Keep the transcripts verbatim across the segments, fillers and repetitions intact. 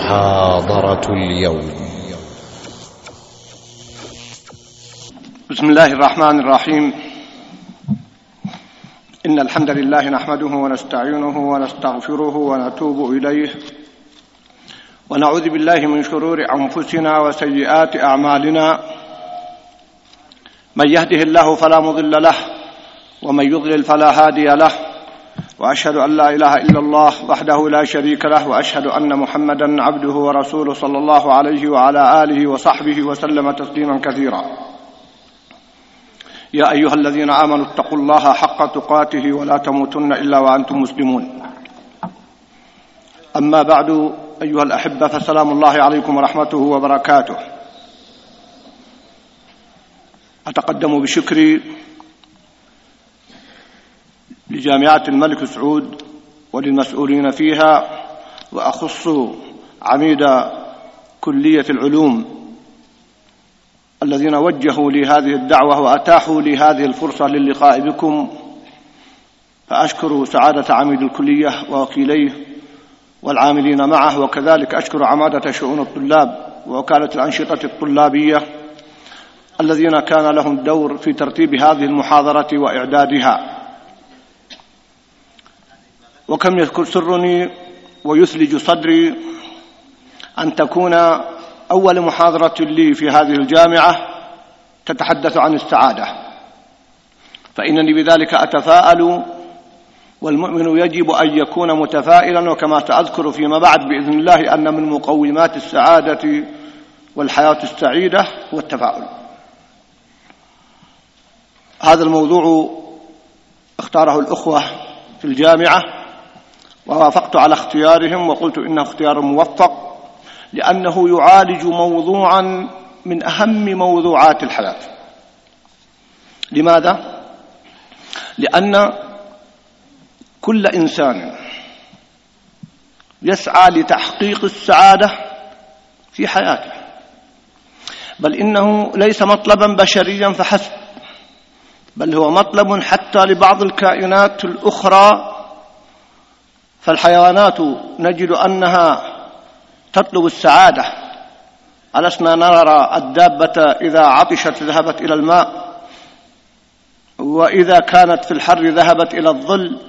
محاضرة اليوم. بسم الله الرحمن الرحيم. إن الحمد لله نحمده ونستعينه ونستغفره ونتوب إليه ونعوذ بالله من شرور أنفسنا وسيئات أعمالنا. من يهده الله فلا مضل له ومن يضلل فلا هادي له، وأشهد أن لا إله إلا الله وحده لا شريك له، وأشهد أن محمدا عبده ورسوله صلى الله عليه وعلى آله وصحبه وسلم تسليما كثيرا. يا أيها الذين آمنوا اتقوا الله حق تقاته ولا تموتن إلا وأنتم مسلمون. أما بعد، أيها الأحبة، فسلام الله عليكم ورحمته وبركاته. أتقدم بشكري لجامعة الملك سعود وللمسؤولين فيها، وأخص عميد كلية العلوم الذين وجهوا لي هذه الدعوة وأتاحوا لي هذه الفرصة للقاء بكم، فأشكر سعادة عميد الكلية ووكيليه والعاملين معه، وكذلك أشكر عمادة شؤون الطلاب ووكالة الأنشطة الطلابية الذين كان لهم دور في ترتيب هذه المحاضرة وإعدادها. وكم يسرني ويثلج صدري أن تكون أول محاضرة لي في هذه الجامعة تتحدث عن السعادة، فإنني بذلك أتفاءل، والمؤمن يجب أن يكون متفائلا، وكما سأذكر فيما بعد بإذن الله أن من مقومات السعادة والحياة السعيدة هو التفاؤل. هذا الموضوع اختاره الأخوة في الجامعة ووافقت على اختيارهم، وقلت إنه اختيار موفق لأنه يعالج موضوعا من أهم موضوعات الحياة. لماذا؟ لأن كل إنسان يسعى لتحقيق السعادة في حياته، بل إنه ليس مطلبا بشريا فحسب، بل هو مطلب حتى لبعض الكائنات الأخرى. فالحيوانات نجد أنها تطلب السعادة، ألسنا نرى الدابة إذا عطشت ذهبت إلى الماء، وإذا كانت في الحر ذهبت إلى الظل.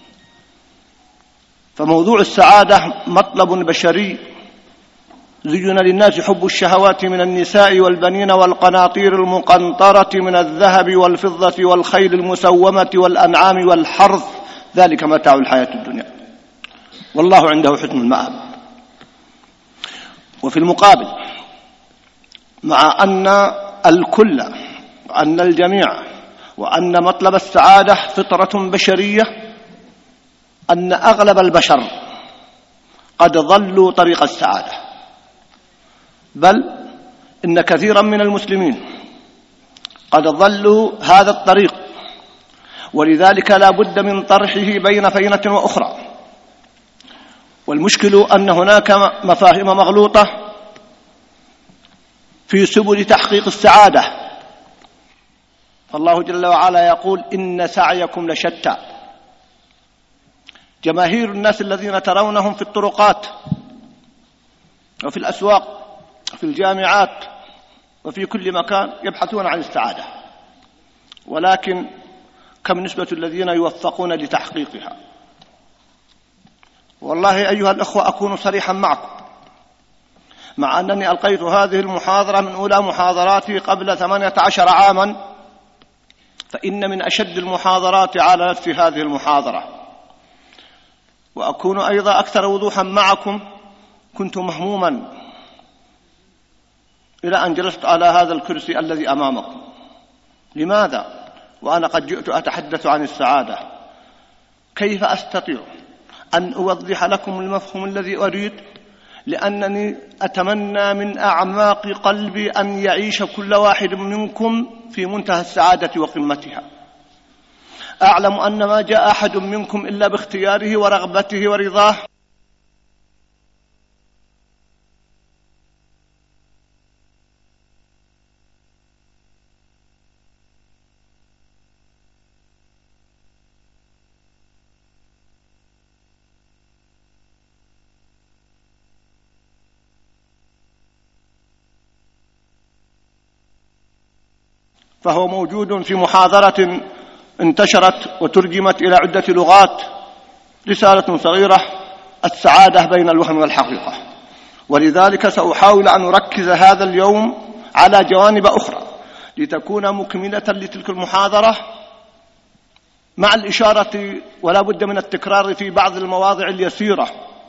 فموضوع السعادة مطلب بشري. زين للناس حب الشهوات من النساء والبنين والقناطير المقنطرة من الذهب والفضة والخيل المسومة والأنعام والحرث، ذلك متاع الحياة الدنيا، والله عنده حسن المآب. وفي المقابل، مع أن الكل وأن الجميع وأن مطلب السعادة فطرة بشرية، أن أغلب البشر قد ضلوا طريق السعادة، بل إن كثيرا من المسلمين قد ضلوا هذا الطريق، ولذلك لا بد من طرحه بين فينة وأخرى. والمشكل أن هناك مفاهيم مغلوطة في سبل تحقيق السعادة. فالله جل وعلا يقول: إن سعيكم لشتى. جماهير الناس الذين ترونهم في الطرقات وفي الأسواق وفي الجامعات وفي كل مكان يبحثون عن السعادة، ولكن كم نسبة الذين يوفقون لتحقيقها؟ والله أيها الأخوة، أكون صريحا معكم، مع أنني ألقيت هذه المحاضرة من أولى محاضراتي قبل ثمانية عشر عاما، فإن من أشد المحاضرات على نفسي هذه المحاضرة. وأكون أيضا أكثر وضوحا معكم، كنت مهموما إلى أن جلست على هذا الكرسي الذي أمامكم. لماذا؟ وأنا قد جئت أتحدث عن السعادة. كيف أستطيع أن أوضح لكم المفهوم الذي أريد؟ لأنني أتمنى من أعماق قلبي أن يعيش كل واحد منكم في منتهى السعادة وقمتها. أعلم أن ما جاء أحد منكم إلا باختياره ورغبته ورضاه، فهو موجود في محاضرة انتشرت وترجمت إلى عدة لغات، رسالة صغيرة: السعادة بين الوهم والحقيقة. ولذلك سأحاول أن أركز هذا اليوم على جوانب أخرى لتكون مكملة لتلك المحاضرة، مع الإشارة ولا بد من التكرار في بعض المواضع اليسيرة،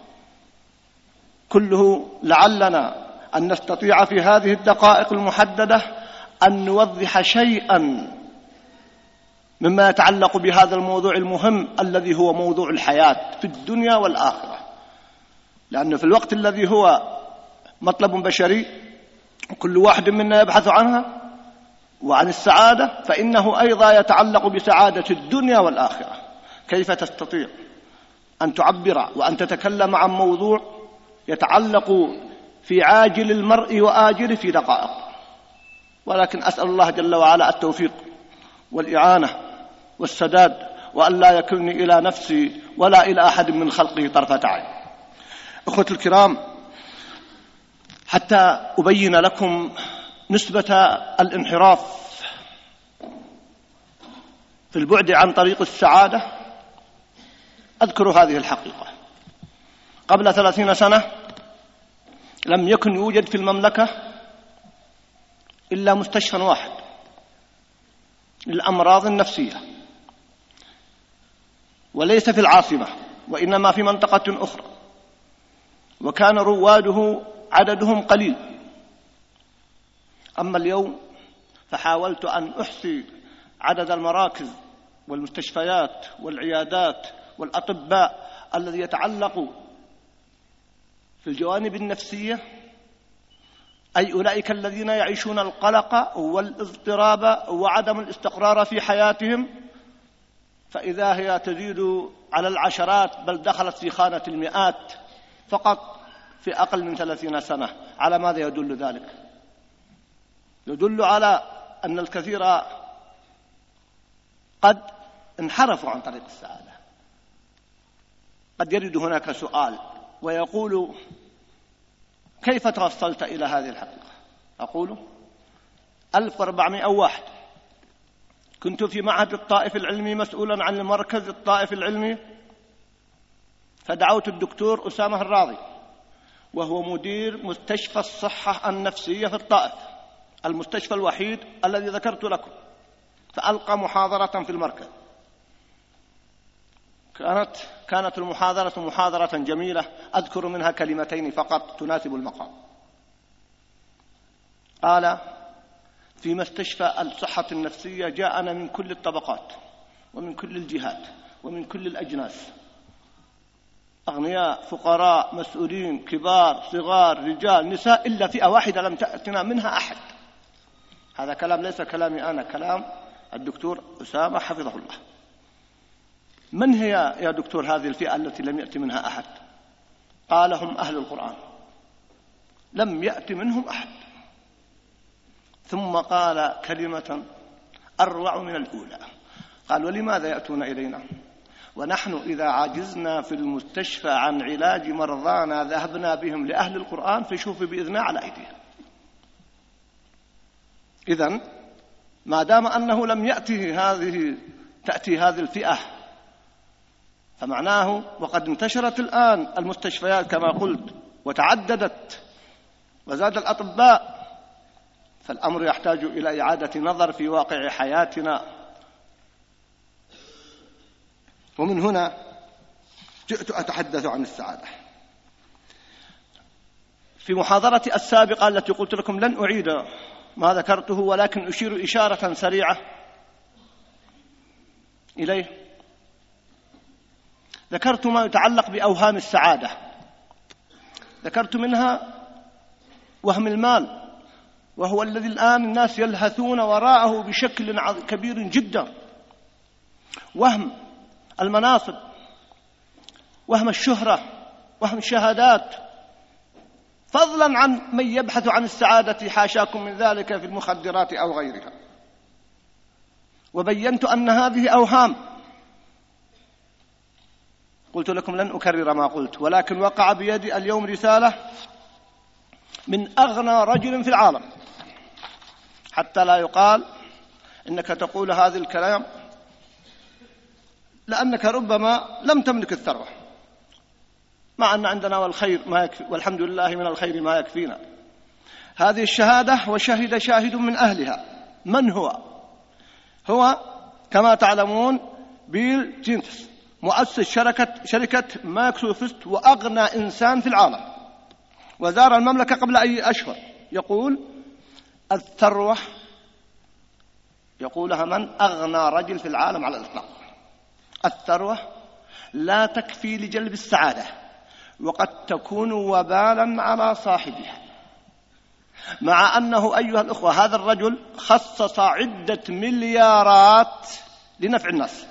كله لعلنا أن نستطيع في هذه الدقائق المحددة أن نوضح شيئا مما يتعلق بهذا الموضوع المهم الذي هو موضوع الحياة في الدنيا والآخرة. لأنه في الوقت الذي هو مطلب بشري كل واحد منا يبحث عنها وعن السعادة، فإنه أيضا يتعلق بسعادة الدنيا والآخرة. كيف تستطيع أن تعبر وأن تتكلم عن موضوع يتعلق في عاجل المرء وآجله في دقائق؟ ولكن أسأل الله جل وعلا التوفيق والإعانة والسداد، وأن لا يكلني إلى نفسي ولا إلى أحد من خلقه طرفة عين. أخوتي الكرام، حتى أبين لكم نسبة الانحراف في البعد عن طريق السعادة أذكر هذه الحقيقة. قبل ثلاثين سنة لم يكن يوجد في المملكة إلا مستشفى واحد للأمراض النفسية، وليس في العاصمة وإنما في منطقة أخرى، وكان رواده عددهم قليل. أما اليوم فحاولت أن أحصي عدد المراكز والمستشفيات والعيادات والأطباء الذي يتعلق في الجوانب النفسية، أي أولئك الذين يعيشون القلق والاضطراب وعدم الاستقرار في حياتهم، فإذا هي تزيد على العشرات بل دخلت في خانة المئات فقط في أقل من ثلاثين سنة. على ماذا يدل ذلك؟ يدل على أن الكثير قد انحرفوا عن طريق السعادة. قد يرد هناك سؤال ويقول: كيف توصلت إلى هذه الحقيقة؟ أقول: ألف وأربعمائة وواحد كنت في معهد الطائف العلمي مسؤولا عن المركز الطائف العلمي، فدعوت الدكتور أسامة الراضي وهو مدير مستشفى الصحة النفسية في الطائف، المستشفى الوحيد الذي ذكرت لكم، فألقى محاضرة في المركز. كانت كانت المحاضرة محاضرة جميلة، أذكر منها كلمتين فقط تناسب المقام. قال: في مستشفى الصحة النفسية جاءنا من كل الطبقات ومن كل الجهات ومن كل الأجناس، أغنياء، فقراء، مسؤولين، كبار، صغار، رجال، نساء، إلا فئة واحدة لم تأتنا منها أحد. هذا كلام ليس كلامي أنا، كلام الدكتور أسامة حفظه الله. من هي يا دكتور هذه الفئة التي لم يأتي منها أحد؟ قال: هم أهل القرآن، لم يأتي منهم أحد. ثم قال كلمة أروع من الأولى، قال: ولماذا يأتون إلينا ونحن إذا عجزنا في المستشفى عن علاج مرضانا ذهبنا بهم لأهل القرآن فيشوفوا بإذنه على أيديهم. إذن ما دام أنه لم يأتي هذه تأتي هذه الفئة، فمعناه وقد انتشرت الآن المستشفيات كما قلت وتعددت وزاد الأطباء، فالأمر يحتاج إلى إعادة نظر في واقع حياتنا. ومن هنا جئت أتحدث عن السعادة. في محاضرتي السابقة التي قلت لكم لن أعيد ما ذكرته، ولكن أشير إشارة سريعة إليه، ذكرت ما يتعلق بأوهام السعادة. ذكرت منها وهم المال، وهو الذي الآن الناس يلهثون وراءه بشكل كبير جدا، وهم المناصب، وهم الشهرة، وهم الشهادات، فضلا عن من يبحث عن السعادة حاشاكم من ذلك في المخدرات أو غيرها. وبينت أن هذه أوهام. قلت لكم لن أكرر ما قلت، ولكن وقع بيدي اليوم رسالة من أغنى رجل في العالم، حتى لا يقال إنك تقول هذا الكلام لأنك ربما لم تملك الثروة، مع أن عندنا والخير ما يكفي، والحمد لله من الخير ما يكفينا. هذه الشهادة وشهد شاهد من أهلها. من هو؟ هو كما تعلمون بيل جينتس، مؤسس شركة شركة مايكروسوفت وأغنى إنسان في العالم، وزار المملكة قبل أي أشهر. يقول الثروة، يقولها من؟ أغنى رجل في العالم على الإطلاق. الثروة لا تكفي لجلب السعادة، وقد تكون وبالا على صاحبها. مع أنه أيها الأخوة هذا الرجل خصص عدة مليارات لنفع الناس،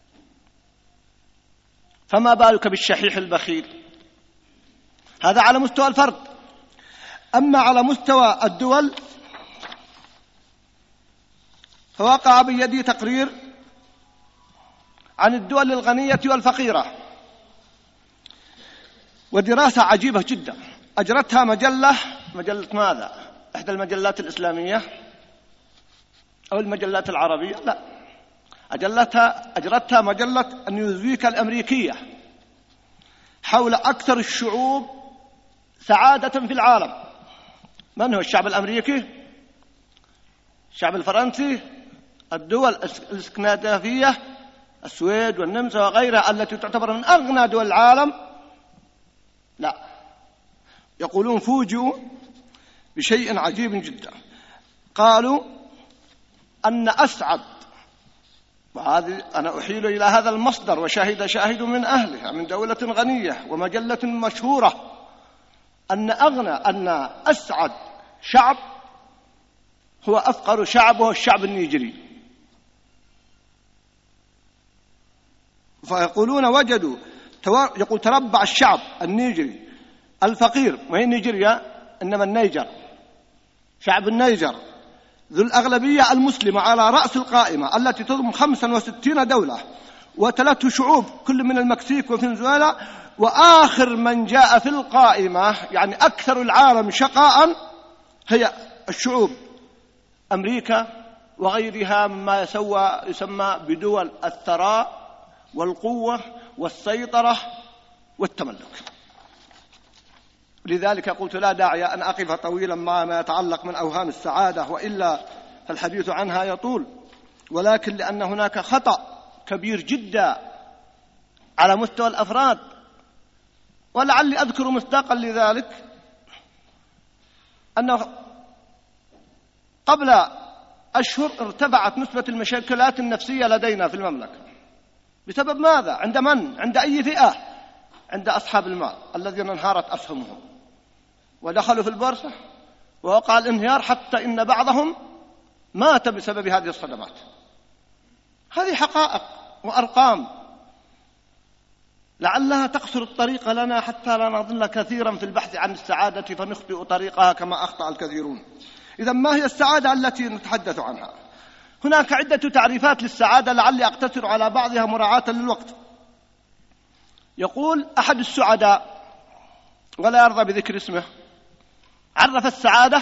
فما بالك بالشحيح البخيل؟ هذا على مستوى الفرد. أما على مستوى الدول فوقع بيدي تقرير عن الدول الغنية والفقيرة، ودراسة عجيبة جدا أجرتها مجلة مجلة ماذا؟ إحدى المجلات الإسلامية أو المجلات العربية؟ لا، أجلتها أجرتها مجلة نيوزويك الأمريكية، حول أكثر الشعوب سعادة في العالم. من هو الشعب الأمريكي؟ الشعب الفرنسي؟ الدول الاسكندنافية، السويد والنمسا وغيرها التي تعتبر من أغنى دول العالم؟ لا، يقولون فوجئوا بشيء عجيب جدا. قالوا أن أسعد، وهذه أنا أحيل إلى هذا المصدر وشاهد شاهد من أهلها من دولة غنية ومجلة مشهورة، أن أغنى أن أسعد شعب هو أفقر شعب، وهو الشعب النيجري. فيقولون وجدوا يقول تربع الشعب النيجري الفقير، وهي نيجيريا إنما النيجر، شعب النيجر ذو الأغلبية المسلمة على رأس القائمة التي تضم خمسة وستين دولة وثلاث شعوب كل من المكسيك وفنزويلا، وآخر من جاء في القائمة يعني أكثر العالم شقاء هي الشعوب أمريكا وغيرها مما يسوى يسمى بدول الثراء والقوة والسيطرة والتملك. لذلك قلت لا داعي أن أقف طويلا مع ما يتعلق من أوهام السعادة، وإلا فالحديث عنها يطول، ولكن لأن هناك خطأ كبير جدا على مستوى الأفراد. ولعلي أذكر مصداقا لذلك أنه قبل أشهر ارتفعت نسبة المشاكلات النفسية لدينا في المملكة. بسبب ماذا؟ عند من؟ عند أي فئة؟ عند أصحاب المال الذين انهارت أسهمهم ودخلوا في البورصة ووقع الانهيار، حتى إن بعضهم مات بسبب هذه الصدمات. هذه حقائق وأرقام لعلها تقصر الطريق لنا حتى لا نظل كثيرا في البحث عن السعادة فنخطئ طريقها كما أخطأ الكثيرون. إذا ما هي السعادة التي نتحدث عنها؟ هناك عدة تعريفات للسعادة، لعلي أقتصر على بعضها مراعاة للوقت. يقول أحد السعداء ولا يرضى بذكر اسمه، عرف السعادة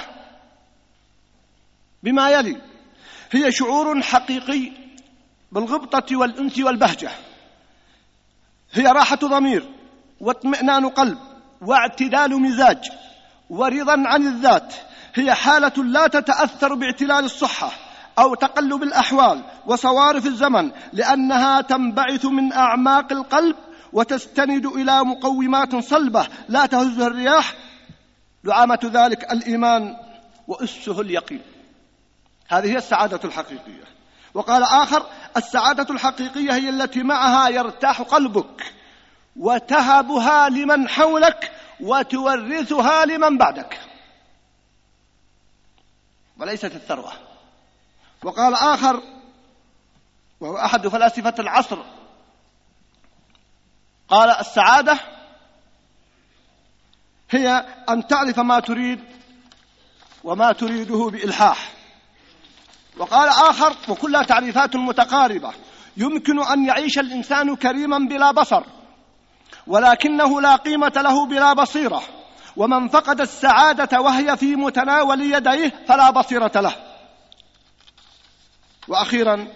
بما يلي: هي شعور حقيقي بالغبطة والأنس والبهجة، هي راحة ضمير واطمئنان قلب واعتدال مزاج ورضا عن الذات، هي حالة لا تتأثر باعتلال الصحة أو تقلب الأحوال وصوارف الزمن، لأنها تنبعث من أعماق القلب وتستند إلى مقومات صلبة لا تهزها الرياح، لعامة ذلك الإيمان وأسه اليقين. هذه هي السعادة الحقيقية. وقال آخر: السعادة الحقيقية هي التي معها يرتاح قلبك وتهبها لمن حولك وتورثها لمن بعدك، وليست الثروة. وقال آخر وهو أحد فلاسفة العصر، قال: السعادة هي أن تعرف ما تريد وما تريده بإلحاح. وقال آخر، وكلها تعريفات متقاربة: يمكن أن يعيش الإنسان كريما بلا بصر، ولكنه لا قيمة له بلا بصيرة، ومن فقد السعادة وهي في متناول يديه فلا بصيرة له. وأخيرا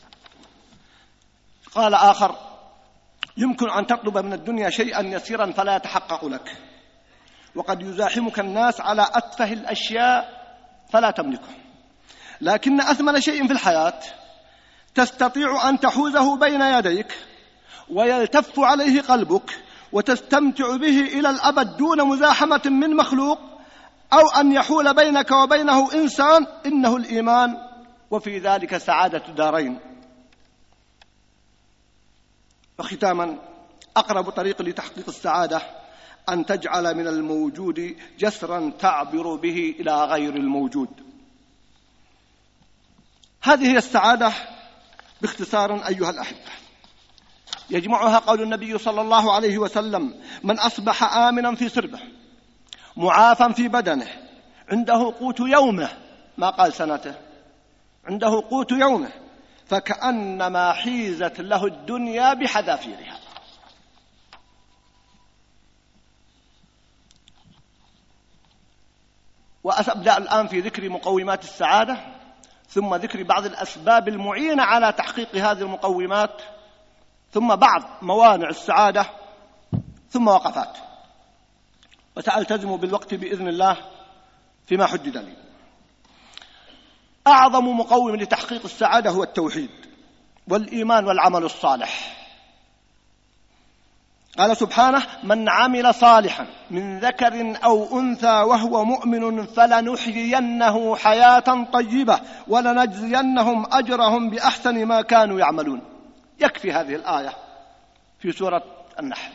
قال آخر: يمكن أن تطلب من الدنيا شيئا يسيرا فلا يتحقق لك، وقد يزاحمك الناس على أتفه الأشياء فلا تملكه، لكن أثمن شيء في الحياة تستطيع أن تحوزه بين يديك ويلتف عليه قلبك وتستمتع به إلى الأبد دون مزاحمة من مخلوق، أو أن يحول بينك وبينه إنسان، إنه الإيمان، وفي ذلك سعادة دارين. وختاما، أقرب طريق لتحقيق السعادة أن تجعل من الموجود جسرا تعبر به إلى غير الموجود. هذه هي السعادة باختصار أيها الأحبة، يجمعها قول النبي صلى الله عليه وسلم: من أصبح آمنا في سربه معافا في بدنه عنده قوت يومه، ما قال سنته، عنده قوت يومه، فكأنما حيزت له الدنيا بحذافيرها. وأبدأ الآن في ذكر مقومات السعادة، ثم ذكر بعض الأسباب المعينة على تحقيق هذه المقومات، ثم بعض موانع السعادة، ثم وقفات. وسألتزم بالوقت بإذن الله فيما حدد لي. أعظم مقوم لتحقيق السعادة هو التوحيد والإيمان والعمل الصالح. قال سبحانه: من عمل صالحا من ذكر أو أنثى وهو مؤمن فلنحيينه حياة طيبة ولنجزينهم أجرهم بأحسن ما كانوا يعملون. يكفي هذه الآية في سورة النحل.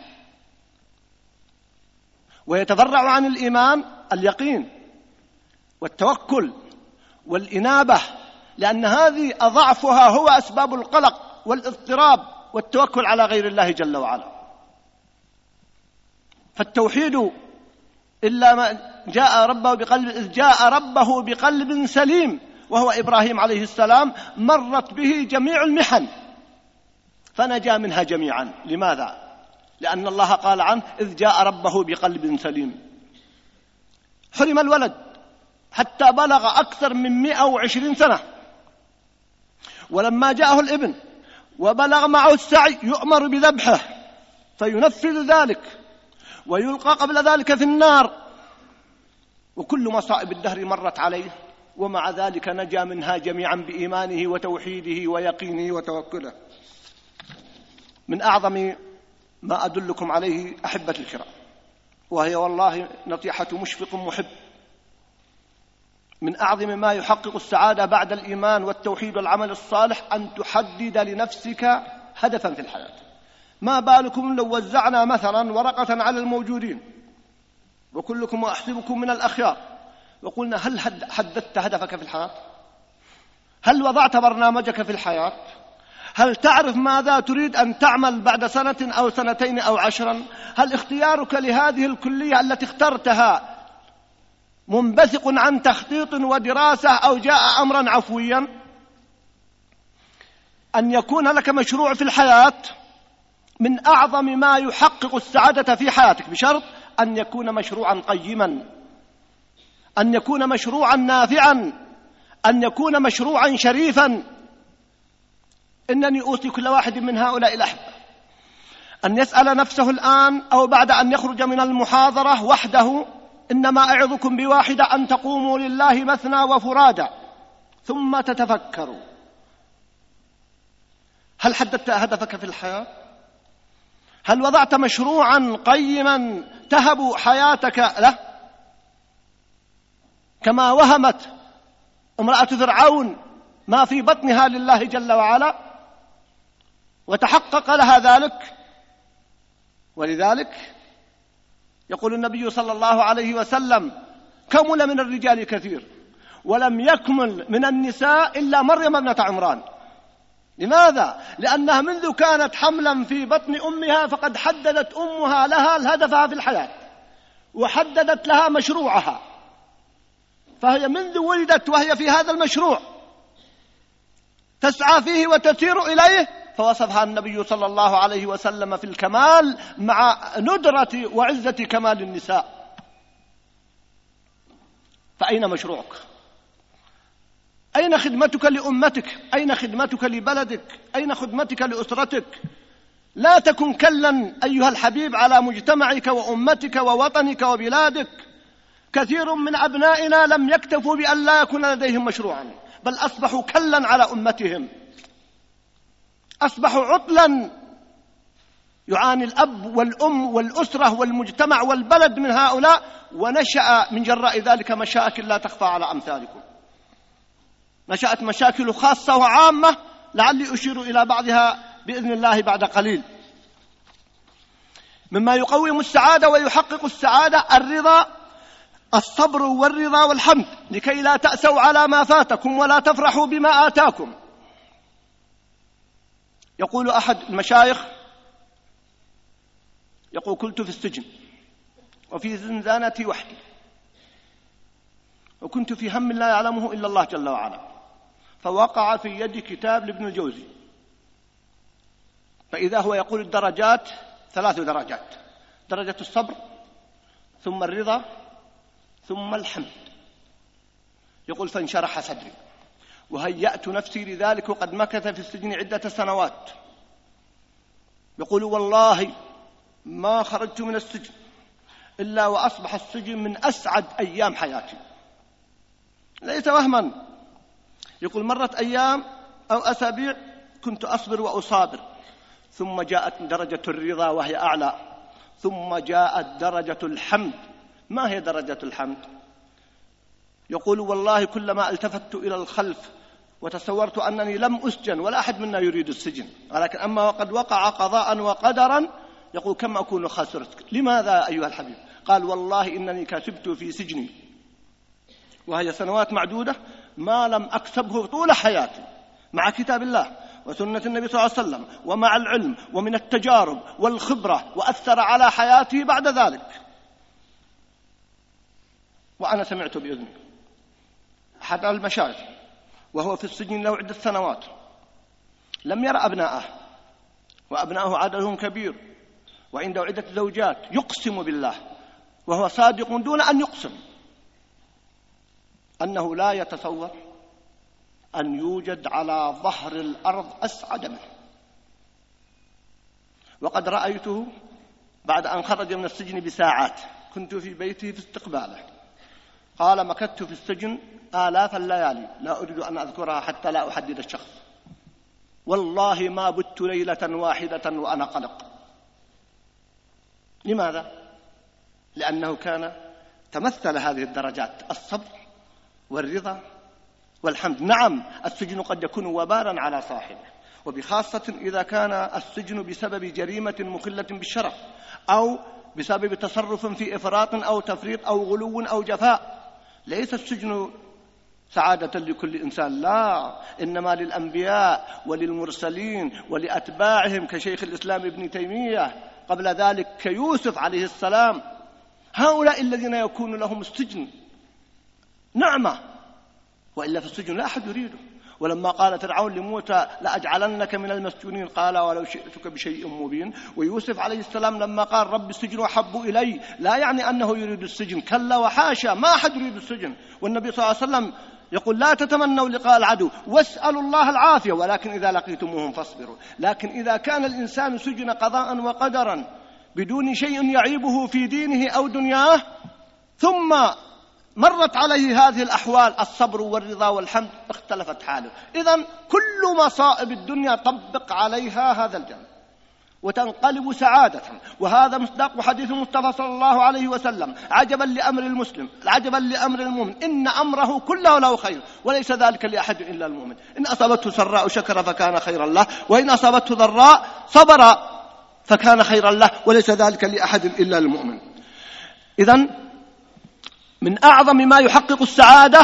ويتفرع عن الإيمان اليقين والتوكل والإنابة، لأن هذه أضعفها هو أسباب القلق والاضطراب والتوكل على غير الله جل وعلا. فالتوحيد إلا ما جاء ربه بقلب إذ جاء ربه بقلب سليم وهو إبراهيم عليه السلام، مرت به جميع المحن فنجا منها جميعا. لماذا؟ لأن الله قال عنه: إذ جاء ربه بقلب سليم. حرم الولد حتى بلغ أكثر من مئة وعشرين سنة، ولما جاءه الابن وبلغ معه السعي يؤمر بذبحه فينفذ ذلك ويلقى قبل ذلك في النار، وكل مصائب الدهر مرت عليه، ومع ذلك نجا منها جميعا بإيمانه وتوحيده ويقينه وتوكله. من أعظم ما أدلكم عليه أحبة الكرام، وهي والله نصيحة مشفق محب، من أعظم ما يحقق السعادة بعد الإيمان والتوحيد والعمل الصالح أن تحدد لنفسك هدفا في الحياة. ما بالكم لو وزعنا مثلا ورقة على الموجودين وكلكم وأحسبكم من الأخيار وقلنا: هل حددت هدفك في الحياة؟ هل وضعت برنامجك في الحياة؟ هل تعرف ماذا تريد أن تعمل بعد سنة أو سنتين أو عشرا؟ هل اختيارك لهذه الكلية التي اخترتها منبثق عن تخطيط ودراسة أو جاء أمرا عفويا؟ أن يكون لك مشروع في الحياة من أعظم ما يحقق السعادة في حياتك، بشرط أن يكون مشروعا قيما، أن يكون مشروعا نافعا، أن يكون مشروعا شريفا. إنني أوصي كل واحد من هؤلاء الأحبة أن يسأل نفسه الآن أو بعد أن يخرج من المحاضرة وحده: إنما أعظكم بواحدة، أن تقوموا لله مثنى وفرادا ثم تتفكروا. هل حددت هدفك في الحياة؟ هل وضعت مشروعا قيما تهب حياتك له كما وهمت امرأة فرعون ما في بطنها لله جل وعلا وتحقق لها ذلك؟ ولذلك يقول النبي صلى الله عليه وسلم: كمل من الرجال كثير ولم يكمل من النساء إلا مريم ابنة عمران. لماذا؟ لأنها منذ كانت حملا في بطن أمها فقد حددت أمها لها الهدفها في الحياة وحددت لها مشروعها، فهي منذ ولدت وهي في هذا المشروع تسعى فيه وتسير إليه. فوصفها النبي صلى الله عليه وسلم في الكمال مع ندرة وعزة كمال النساء. فأين مشروعك؟ أين خدمتك لأمتك؟ أين خدمتك لبلدك؟ أين خدمتك لأسرتك؟ لا تكن كلا أيها الحبيب على مجتمعك وأمتك ووطنك وبلادك. كثير من أبنائنا لم يكتفوا بأن لا يكون لديهم مشروعا، بل أصبحوا كلا على أمتهم، أصبحوا عطلا. يعاني الأب والأم والأسرة والمجتمع والبلد من هؤلاء، ونشأ من جراء ذلك مشاكل لا تخفى على أمثالكم. نشأت مشاكل خاصة وعامة، لعلي أشير إلى بعضها بإذن الله بعد قليل. مما يقوم السعادة ويحقق السعادة الرضا، الصبر والرضا والحمد، لكي لا تأسوا على ما فاتكم ولا تفرحوا بما آتاكم. يقول أحد المشايخ، يقول: كنت في السجن وفي زنزانتي وحدي، وكنت في هم لا يعلمه إلا الله جل وعلا، فوقع في يدي كتاب لابن الجوزي، فإذا هو يقول الدرجات ثلاث درجات: درجة الصبر، ثم الرضا، ثم الحمد. يقول: فانشرح صدري وهيأت نفسي لذلك، وقد مكث في السجن عدة سنوات. يقول: والله ما خرجت من السجن إلا وأصبح السجن من أسعد أيام حياتي، ليس وهما. يقول: مرت أيام أو أسابيع كنت أصبر وأصابر، ثم جاءت درجة الرضا وهي أعلى، ثم جاءت درجة الحمد. ما هي درجة الحمد؟ يقول: والله كلما التفت إلى الخلف وتصورت أنني لم أسجن، ولا أحد منا يريد السجن، ولكن أما وقد وقع قضاء وقدرا، يقول: كم أكون خاسرت. لماذا أيها الحبيب؟ قال: والله إنني كسبت في سجني وهي سنوات معدودة ما لم أكسبه طول حياتي، مع كتاب الله وسنة النبي صلى الله عليه وسلم، ومع العلم ومن التجارب والخبرة، وأثر على حياته بعد ذلك. وأنا سمعت بإذني أحد المشايخ وهو في السجن له عدة سنوات، لم يرى أبناءه، وأبناءه عددهم كبير، وعنده عدة زوجات، يقسم بالله وهو صادق دون أن يقسم أنه لا يتصور أن يوجد على ظهر الأرض أسعد منه. وقد رأيته بعد أن خرج من السجن بساعات، كنت في بيته في استقباله، قال: مكثت في السجن آلاف الليالي، لا أريد أن أذكرها حتى لا أحدد الشخص، والله ما بت ليلة واحدة وأنا قلق. لماذا؟ لأنه كان تمثل هذه الدرجات: الصبر والرضا والحمد. نعم، السجن قد يكون وبالا على صاحبه، وبخاصة إذا كان السجن بسبب جريمة مخلة بالشرف، أو بسبب تصرف في إفراط أو تفريط أو غلو أو جفاء. ليس السجن سعادة لكل إنسان، لا، إنما للأنبياء وللمرسلين ولأتباعهم كشيخ الإسلام ابن تيمية، قبل ذلك كيوسف عليه السلام. هؤلاء الذين يكون لهم السجن نعمة، وإلا في السجن لا أحد يريده. ولما قال فرعون لموسى: لأجعلنك من المسجونين، قال: ولو شئتك بشيء مبين. ويوسف عليه السلام لما قال: رب السجن أحب إلي، لا يعني أنه يريد السجن، كلا وحاشا، ما أحد يريد السجن. والنبي صلى الله عليه وسلم يقول: لا تتمنوا لقاء العدو واسألوا الله العافية، ولكن إذا لقيتموهم فاصبروا. لكن إذا كان الإنسان سجن قضاء وقدرا بدون شيء يعيبه في دينه أو دنياه، ثم مرت عليه هذه الأحوال، الصبر والرضا والحمد، اختلفت حاله. إذن كل مصائب الدنيا طبق عليها هذا الجانب وتنقلب سعادة. وهذا مصداق حديث المصطفى صلى الله عليه وسلم: عجبا لأمر المسلم، عجبا لأمر المؤمن، إن أمره كله له خير، وليس ذلك لأحد إلا المؤمن. إن أصابته سراء شكر فكان خيرا له، وإن أصابته ضراء صبر فكان خيرا له، وليس ذلك لأحد إلا المؤمن. إذن من أعظم ما يحقق السعادة،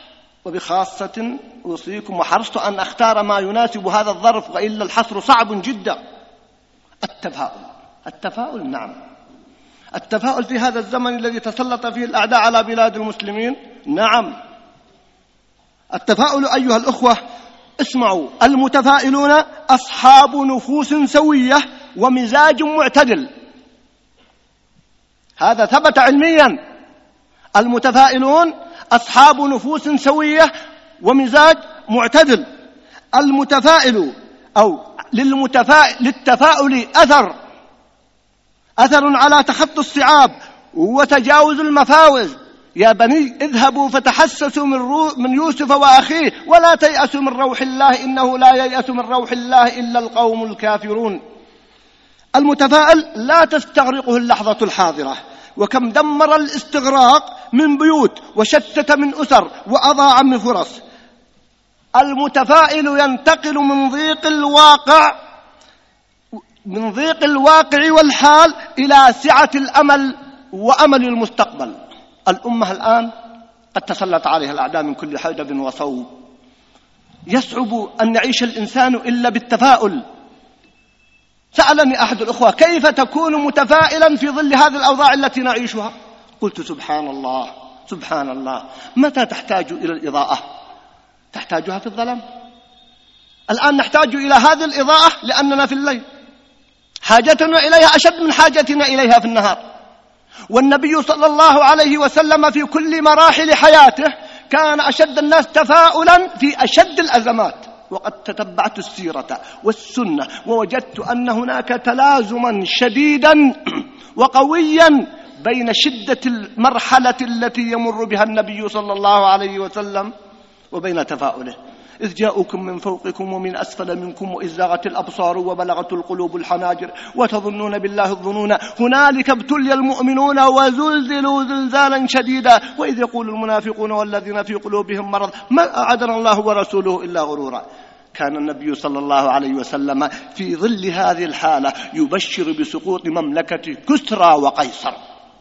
وبخاصة أوصيكم وحرصت أن أختار ما يناسب هذا الظرف، وإلا الحصر صعب جدا، التفاؤل. التفاؤل، نعم، التفاؤل في هذا الزمن الذي تسلط فيه الأعداء على بلاد المسلمين. نعم، التفاؤل أيها الأخوة، اسمعوا: المتفائلون أصحاب نفوس سوية ومزاج معتدل. هذا ثبت علميا. المتفائلون أصحاب نفوس سوية ومزاج معتدل. المتفائل أو للمتفائل للتفاؤل أثر أثر على تخطي الصعاب وتجاوز المفاوز. يا بني اذهبوا فتحسسوا من, من يوسف وأخيه ولا تيأسوا من روح الله إنه لا ييأس من روح الله إلا القوم الكافرون. المتفائل لا تستغرقه اللحظة الحاضرة، وكم دمر الاستغراق من بيوت وشتت من أسر وأضاع من فرص. المتفائل ينتقل من ضيق الواقع من ضيق الواقع والحال إلى سعة الأمل وأمل المستقبل. الأمة الآن قد تسلط عليها الأعداء من كل حدب وصوب. يصعب أن يعيش الإنسان إلا بالتفاؤل. سألني أحد الأخوة: كيف تكون متفائلا في ظل هذه الأوضاع التي نعيشها؟ قلت: سبحان الله سبحان الله، متى تحتاج إلى الإضاءة؟ تحتاجها في الظلام. الآن نحتاج إلى هذه الإضاءة لأننا في الليل، حاجتنا إليها أشد من حاجتنا إليها في النهار. والنبي صلى الله عليه وسلم في كل مراحل حياته كان أشد الناس تفاؤلا في أشد الأزمات. وقد تتبعت السيرة والسنة ووجدت أن هناك تلازما شديدا وقويا بين شدة المرحلة التي يمر بها النبي صلى الله عليه وسلم وبين تفاؤله. إذ جاءكم من فوقكم ومن أسفل منكم وإذ زاغت الأبصار وبلغت القلوب الحناجر وتظنون بالله الظنون هنالك ابتلي المؤمنون وزلزلوا زلزالا شديدا وإذ يقول المنافقون والذين في قلوبهم مرض ما أعدنا الله ورسوله إلا غرورا. كان النبي صلى الله عليه وسلم في ظل هذه الحالة يبشر بسقوط مملكة كسرى وقيصر.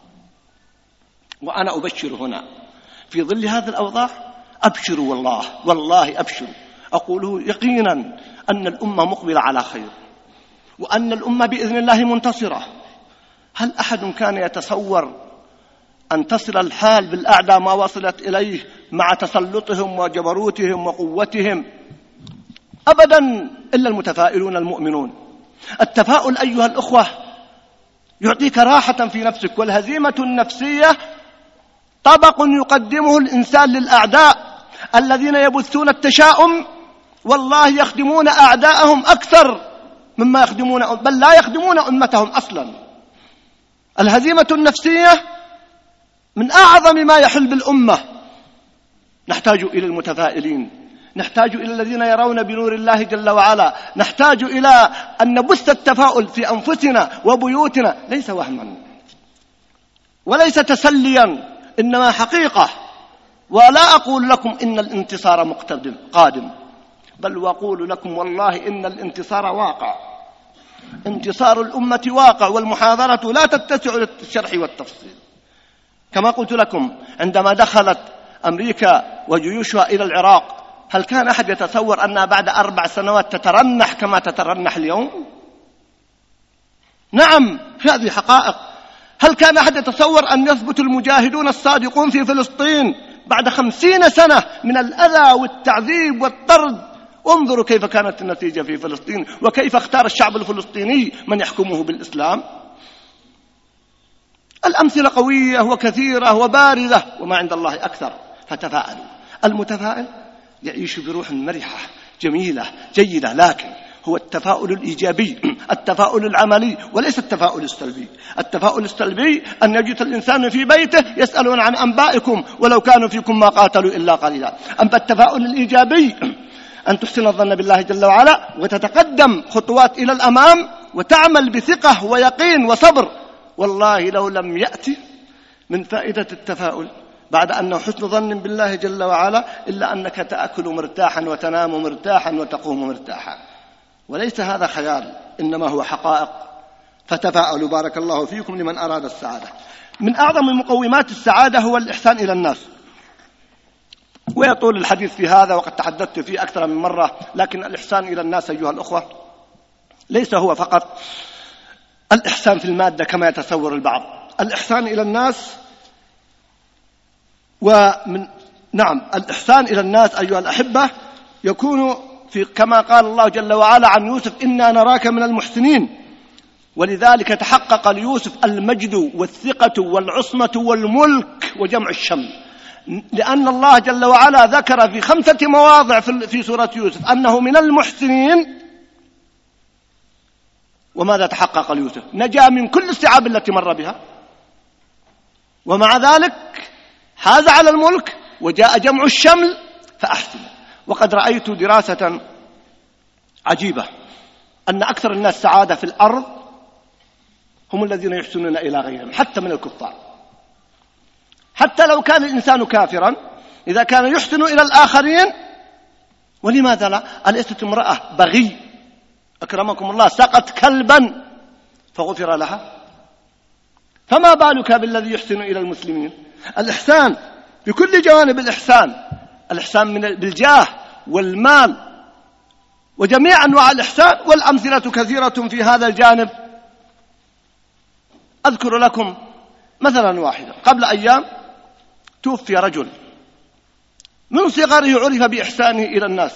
وأنا أبشر هنا في ظل هذه الأوضاع، أبشروا والله والله أبشروا، أقوله يقينا أن الأمة مقبلة على خير، وأن الأمة بإذن الله منتصرة. هل أحد كان يتصور أن تصل الحال بالأعداء ما وصلت إليه مع تسلطهم وجبروتهم وقوتهم؟ أبدا، إلا المتفائلون المؤمنون. التفاؤل أيها الأخوة يعطيك راحة في نفسك، والهزيمة النفسية طبق يقدمه الإنسان للأعداء الذين يبثون التشاؤم. والله يخدمون أعداءهم أكثر مما يخدمون، بل لا يخدمون أمتهم أصلا. الهزيمة النفسية من أعظم ما يحل بالأمة. نحتاج إلى المتفائلين، نحتاج إلى الذين يرون بنور الله جل وعلا، نحتاج إلى أن نبث التفاؤل في أنفسنا وبيوتنا، ليس وهما وليس تسليا، إنما حقيقة. ولا أقول لكم إن الانتصار مقتدم قادم، بل وأقول لكم والله إن الانتصار واقع. انتصار الأمة واقع، والمحاضرة لا تتسع للشرح والتفصيل. كما قلت لكم عندما دخلت أمريكا وجيوشها إلى العراق، هل كان أحد يتصور أنها بعد أربع سنوات تترنح كما تترنح اليوم؟ نعم، هذه حقائق. هل كان أحد يتصور أن يثبت المجاهدون الصادقون في فلسطين بعد خمسين سنة من الأذى والتعذيب والطرد؟ انظروا كيف كانت النتيجة في فلسطين، وكيف اختار الشعب الفلسطيني من يحكمه بالإسلام. الأمثلة قوية وكثيرة وبارزة، وما عند الله أكثر. فتفاءلوا. المتفائل يعيش بروح مرحة جميلة جيدة، لكن هو التفاؤل الإيجابي، التفاؤل العملي، وليس التفاؤل السلبي. التفاؤل السلبي أن يجد الإنسان في بيته يسألون عن أنبائكم ولو كانوا فيكم ما قاتلوا إلا قليلا. أما التفاؤل الإيجابي أن تحسن الظن بالله جل وعلا وتتقدم خطوات إلى الأمام وتعمل بثقة ويقين وصبر. والله لو لم يأتي من فائدة التفاؤل بعد أنه حسن ظن بالله جل وعلا إلا أنك تأكل مرتاحا وتنام مرتاحا وتقوم مرتاحا. وليس هذا خيال، إنما هو حقائق. فتفاءلوا بارك الله فيكم لمن أراد السعادة. من أعظم مقومات السعادة هو الإحسان إلى الناس، ويطول الحديث في هذا وقد تحدثت فيه أكثر من مرة. لكن الإحسان إلى الناس أيها الأخوة ليس هو فقط الإحسان في المادة كما يتصور البعض. الإحسان إلى الناس ومن نعم الإحسان إلى الناس أيها الأحبة يكون في كما قال الله جل وعلا عن يوسف: إنا نراك من المحسنين. ولذلك تحقق ليوسف المجد والثقة والعصمة والملك وجمع الشمل. لأن الله جل وعلا ذكر في خمسة مواضع في سورة يوسف أنه من المحسنين. وماذا تحقق ليوسف؟ نجا من كل الصعاب التي مر بها، ومع ذلك حاز على الملك وجاء جمع الشمل فأحسن. وقد رأيت دراسة عجيبة أن أكثر الناس سعادة في الأرض هم الذين يحسنون إلى غيرهم حتى من الكفار. حتى لو كان الإنسان كافرا إذا كان يحسن إلى الآخرين. ولماذا لا؟ أليست امرأة بغي أكرمكم الله سقت كلبا فغفر لها؟ فما بالك بالذي يحسن إلى المسلمين؟ الإحسان بكل جوانب الإحسان، الإحسان من بالجاه والمال وجميع أنواع الإحسان، والأمثلة كثيرة في هذا الجانب. أذكر لكم مثلا واحدا. قبل أيام توفي رجل من صغره عرف بإحسانه إلى الناس،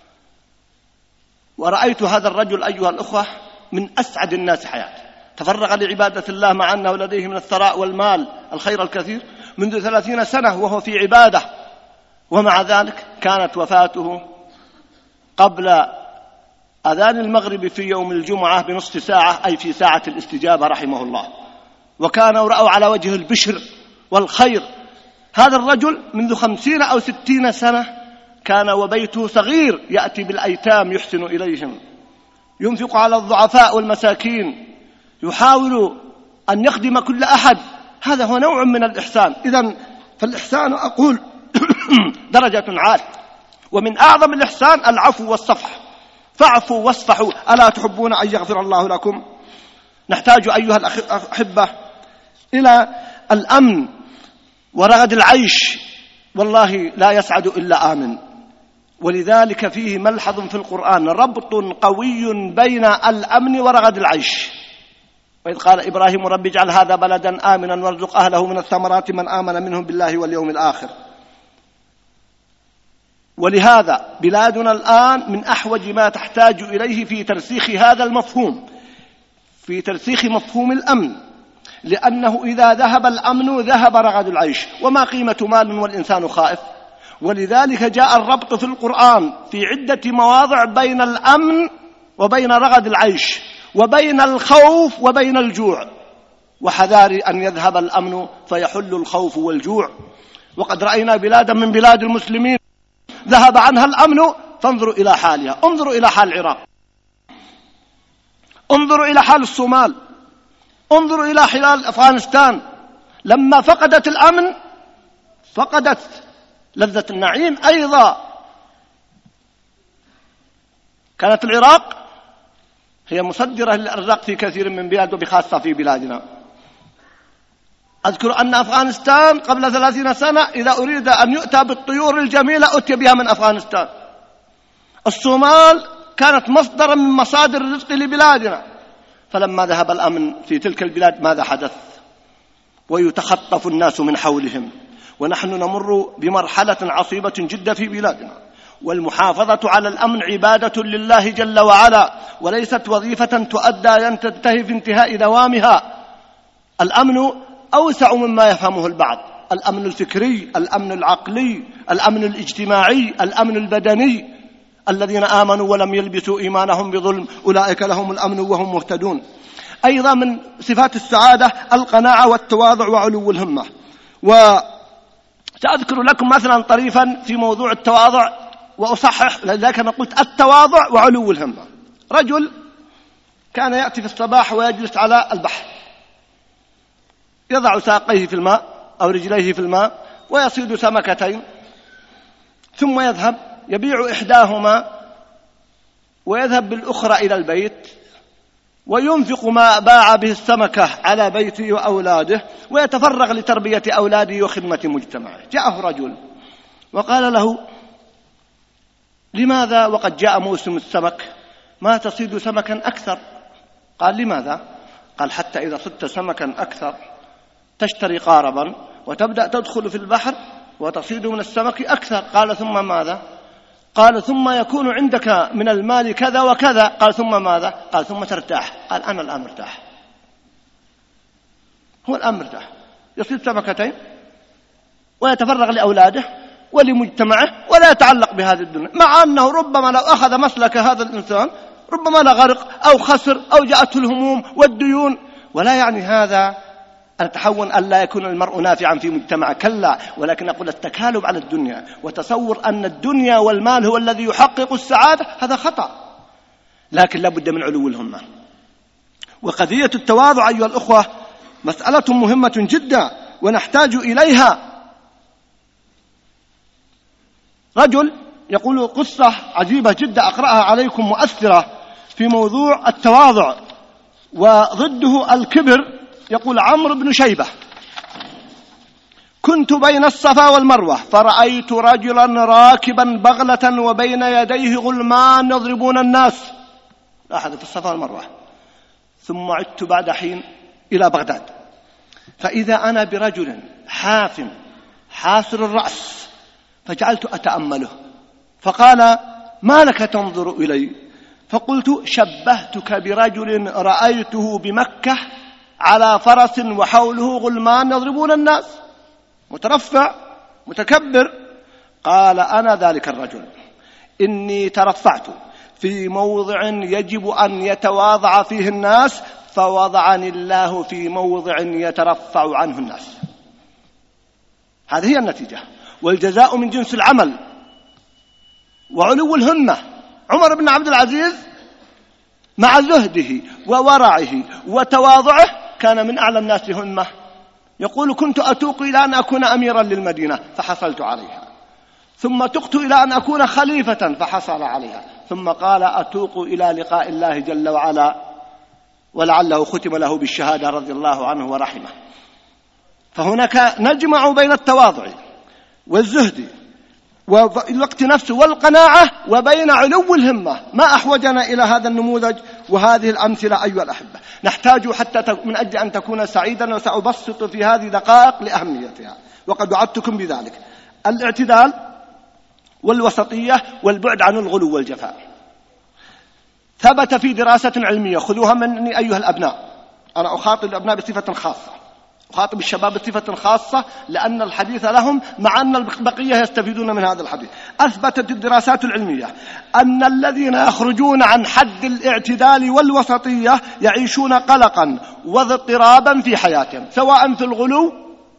ورأيت هذا الرجل أيها الأخوة من أسعد الناس حياة، تفرغ لعبادة الله مع أنه لديه من الثراء والمال الخير الكثير منذ ثلاثين سنة وهو في عبادة، ومع ذلك كانت وفاته قبل أذان المغرب في يوم الجمعة بنصف ساعة، أي في ساعة الاستجابة رحمه الله. وكانوا رأوا على وجه البشر والخير. هذا الرجل منذ خمسين أو ستين سنة كان وبيته صغير، يأتي بالأيتام يحسن إليهم، ينفق على الضعفاء والمساكين، يحاول أن يخدم كل أحد. هذا هو نوع من الإحسان. إذن فالإحسان أقول درجة عالية، ومن أعظم الإحسان العفو والصفح. فاعفوا واصفحوا ألا تحبون أن يغفر الله لكم؟ نحتاج أيها الأحبة إلى الأمن ورغد العيش، والله لا يسعد إلا آمن. ولذلك فيه ملحظ في القرآن ربط قوي بين الأمن ورغد العيش. وإذ قال إبراهيم رب اجعل هذا بلدا آمنا وارزق أهله من الثمرات من آمن منهم بالله واليوم الآخر. ولهذا بلادنا الآن من أحوج ما تحتاج إليه في ترسيخ هذا المفهوم، في ترسيخ مفهوم الأمن، لأنه إذا ذهب الأمن ذهب رغد العيش. وما قيمة مال والإنسان خائف؟ ولذلك جاء الربط في القرآن في عدة مواضع بين الأمن وبين رغد العيش، وبين الخوف وبين الجوع. وحذار أن يذهب الأمن فيحل الخوف والجوع. وقد رأينا بلادا من بلاد المسلمين ذهب عنها الأمن، فانظروا إلى حالها. انظروا إلى حال العراق، انظروا إلى حال الصومال، انظروا إلى حال أفغانستان. لما فقدت الأمن فقدت لذة النعيم أيضا. كانت العراق هي مصدرة للأرزاق في كثير من بلاد وبخاصة في بلادنا. أذكر أن أفغانستان قبل ثلاثين سنة إذا أريد أن يؤتى بالطيور الجميلة أتي بها من أفغانستان. الصومال كانت مصدرا من مصادر الرزق لبلادنا. فلما ذهب الأمن في تلك البلاد ماذا حدث؟ ويتخطف الناس من حولهم. ونحن نمر بمرحلة عصيبة جدا في بلادنا، والمحافظة على الأمن عبادة لله جل وعلا، وليست وظيفة تؤدى أن تنتهي في انتهاء دوامها. الأمن أوسع مما يفهمه البعض. الأمن الفكري، الأمن العقلي، الأمن الاجتماعي، الأمن البدني. الذين آمنوا ولم يلبسوا إيمانهم بظلم أولئك لهم الأمن وهم مهتدون. أيضا من صفات السعادة القناعة والتواضع وعلو الهمة. وسأذكر لكم مثلا طريفا في موضوع التواضع وأصحح، لذلك أنا قلت التواضع وعلو الهمة. رجل كان يأتي في الصباح ويجلس على البحر، يضع ساقيه في الماء أو رجليه في الماء ويصيد سمكتين، ثم يذهب يبيع إحداهما ويذهب بالأخرى إلى البيت وينفق ما باع به السمكة على بيته وأولاده ويتفرغ لتربية أولاده وخدمة مجتمعه. جاءه رجل وقال له: لماذا وقد جاء موسم السمك ما تصيد سمكا أكثر؟ قال: لماذا؟ قال: حتى إذا صدت سمكا أكثر تشتري قاربا وتبدأ تدخل في البحر وتصيد من السمك أكثر. قال: ثم ماذا؟ قال: ثم يكون عندك من المال كذا وكذا. قال: ثم ماذا؟ قال: ثم ترتاح. قال: أنا الآن مرتاح. هو الآن مرتاح، يصيد سمكتين ويتفرغ لأولاده ولمجتمعه ولا يتعلق بهذه الدنيا، مع أنه ربما لو أخذ مسلك هذا الإنسان ربما لغرق أو خسر أو جاءته الهموم والديون. ولا يعني هذا أن تحول أن لا يكون المرء نافعا في مجتمع، كلا، ولكن أقول التكالب على الدنيا وتصور أن الدنيا والمال هو الذي يحقق السعادة هذا خطأ، لكن لا بد من علو الهمة. وقضية التواضع أيها الأخوة مسألة مهمة جدا ونحتاج إليها. رجل يقول قصة عجيبة جدا أقرأها عليكم مؤثرة في موضوع التواضع وضده الكبر. يقول عمرو بن شيبة: كنت بين الصفا والمروة فرأيت رجلا راكبا بغلة وبين يديه غلمان يضربون الناس. لاحظ في الصفا والمروة. ثم عدت بعد حين إلى بغداد فإذا أنا برجل حافٍ حاسر الرأس، فجعلت أتأمله فقال: ما لك تنظر إلي؟ فقلت: شبهتك برجل رأيته بمكة على فرس وحوله غلمان يضربون الناس، مترفع متكبر. قال: أنا ذلك الرجل، إني ترفعت في موضع يجب أن يتواضع فيه الناس فوضعني الله في موضع يترفع عنه الناس. هذه هي النتيجة، والجزاء من جنس العمل وعلو الهمة. عمر بن عبد العزيز مع زهده وورعه وتواضعه كان من أعلى الناس همة. يقول: كنت أتوق إلى أن أكون أميرا للمدينة فحصلت عليها، ثم تقت إلى أن أكون خليفة فحصل عليها، ثم قال: أتوق إلى لقاء الله جل وعلا، ولعله ختم له بالشهادة رضي الله عنه ورحمه. فهناك نجمع بين التواضع والزهد والوقت نفسه والقناعة وبين علو الهمة. ما أحوجنا إلى هذا النموذج وهذه الأمثلة أيها الأحبة؟ نحتاج حتى من أجل أن تكون سعيدا، وسأبسط في هذه دقائق لأهميتها وقد وعدتكم بذلك: الاعتدال والوسطية والبعد عن الغلو والجفاء. ثبت في دراسة علمية، خذوها مني أيها الأبناء، أنا أخاطب الأبناء بصفة خاصة، أخاطب الشباب بصفة خاصة لأن الحديث لهم مع أن البقية يستفيدون من هذا الحديث. أثبتت الدراسات العلمية أن الذين يخرجون عن حد الاعتدال والوسطية يعيشون قلقا واضطرابا في حياتهم، سواء في الغلو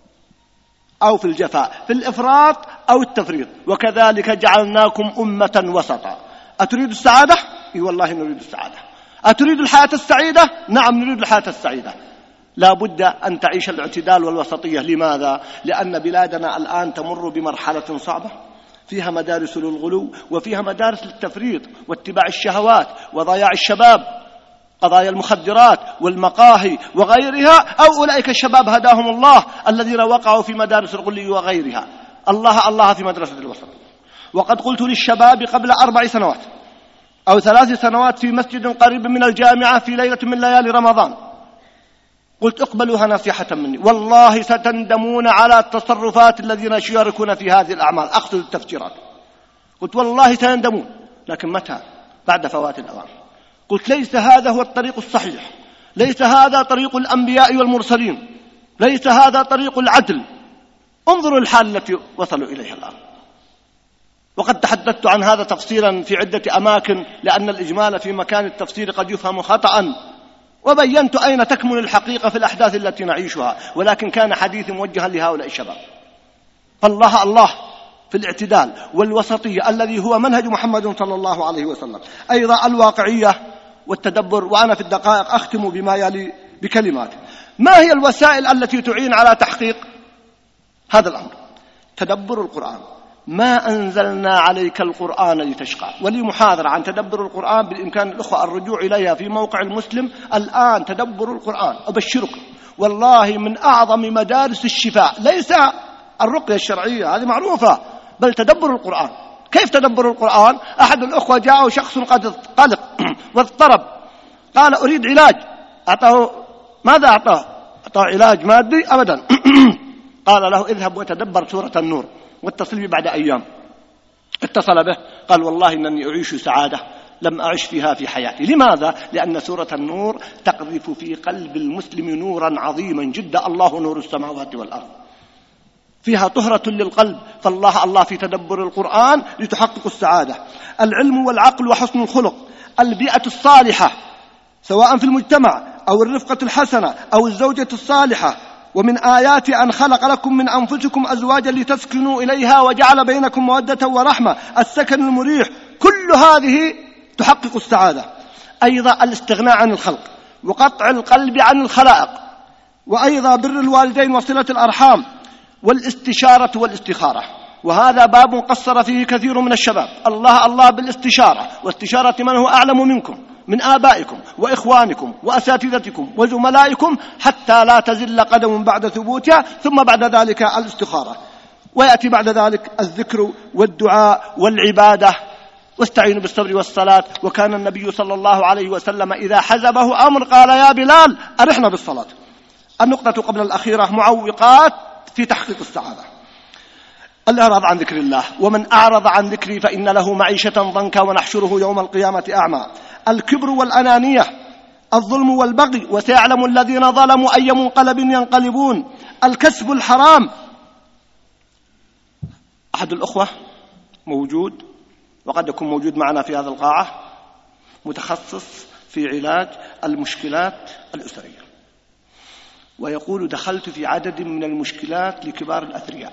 أو في الجفاء، في الإفراط أو التفريط. وكذلك جعلناكم أمة وسطا. أتريد السعادة؟ إي والله نريد السعادة. أتريد الحياة السعيدة؟ نعم نريد الحياة السعيدة. لا بد أن تعيش الاعتدال والوسطية. لماذا؟ لأن بلادنا الآن تمر بمرحلة صعبة فيها مدارس للغلو وفيها مدارس للتفريط واتباع الشهوات وضياع الشباب، قضايا المخدرات والمقاهي وغيرها، أو أولئك الشباب هداهم الله الذين وقعوا في مدارس الغلو وغيرها. الله الله في مدرسة الوسط. وقد قلت للشباب قبل أربع سنوات أو ثلاث سنوات في مسجد قريب من الجامعة في ليلة من ليالي رمضان، قلت: اقبلوها نصيحة مني، والله ستندمون على التصرفات الذين يشاركون في هذه الأعمال، أقصد التفجيرات. قلت: والله سيندمون، لكن متى؟ بعد فوات الأوان. قلت: ليس هذا هو الطريق الصحيح، ليس هذا طريق الأنبياء والمرسلين، ليس هذا طريق العدل. انظروا الحال التي وصلوا إليها الآن. وقد تحدثت عن هذا تفصيلا في عدة أماكن، لأن الإجمال في مكان التفسير قد يفهم خطأ، وبينت أين تكمن الحقيقة في الأحداث التي نعيشها، ولكن كان حديث موجها لهؤلاء الشباب. فالله الله في الاعتدال والوسطية الذي هو منهج محمد صلى الله عليه وسلم. أيضا الواقعية والتدبر. وأنا في الدقائق أختم بما يلي بكلمات. ما هي الوسائل التي تعين على تحقيق هذا الأمر؟ تدبر القرآن. ما أنزلنا عليك القرآن لتشقى. ولي محاضرة عن تدبر القرآن بالإمكان الأخوة الرجوع إليها في موقع المسلم الآن. تدبر القرآن أبشركم والله من أعظم مدارس الشفاء، ليس الرقية الشرعية هذه معروفة، بل تدبر القرآن. كيف تدبر القرآن؟ أحد الأخوة جاءه شخص قد قلق واضطرب، قال: أريد علاج. أعطاه ماذا أعطاه؟ أعطاه علاج مادي؟ أبدا. قال له: اذهب وتدبر سورة النور واتصل بي بعد أيام. اتصل به قال: والله إنني أعيش سعادة لم أعش فيها في حياتي. لماذا؟ لأن سورة النور تقذف في قلب المسلم نورا عظيما جدا، الله نور السماوات والأرض. فيها طهرة للقلب، فالله الله في تدبر القرآن لتحقق السعادة. العلم والعقل وحسن الخلق، البيئة الصالحة سواء في المجتمع أو الرفقة الحسنة أو الزوجة الصالحة. ومن آيات أن خلق لكم من أنفسكم أزواجا لتسكنوا إليها وجعل بينكم مودة ورحمة، السكن المريح، كل هذه تحقق السعادة. أيضا الاستغناء عن الخلق وقطع القلب عن الخلائق، وأيضا بر الوالدين وصلة الأرحام والاستشارة والاستخارة، وهذا باب قصر فيه كثير من الشباب. الله الله بالاستشارة، واستشارة من هو أعلم منكم من آبائكم وإخوانكم وأساتذتكم وزملائكم حتى لا تزل قدم بعد ثبوتها، ثم بعد ذلك الاستخارة، ويأتي بعد ذلك الذكر والدعاء والعبادة، واستعينوا بالصبر والصلاة. وكان النبي صلى الله عليه وسلم إذا حزبه أمر قال يا بلال أرحنا بالصلاة. النقطة قبل الأخيرة معوقات في تحقيق السعادة. الإعراض عن ذكر الله، ومن أعرض عن ذكري فإن له معيشة ضنكا ونحشره يوم القيامة أعمى. الكبر والأنانية، الظلم والبغي، وسيعلم الذين ظلموا أي منقلب ينقلبون. الكسب الحرام. أحد الأخوة موجود وقد يكون موجود معنا في هذا القاعة، متخصص في علاج المشكلات الأسرية، ويقول دخلت في عدد من المشكلات لكبار الأثرياء،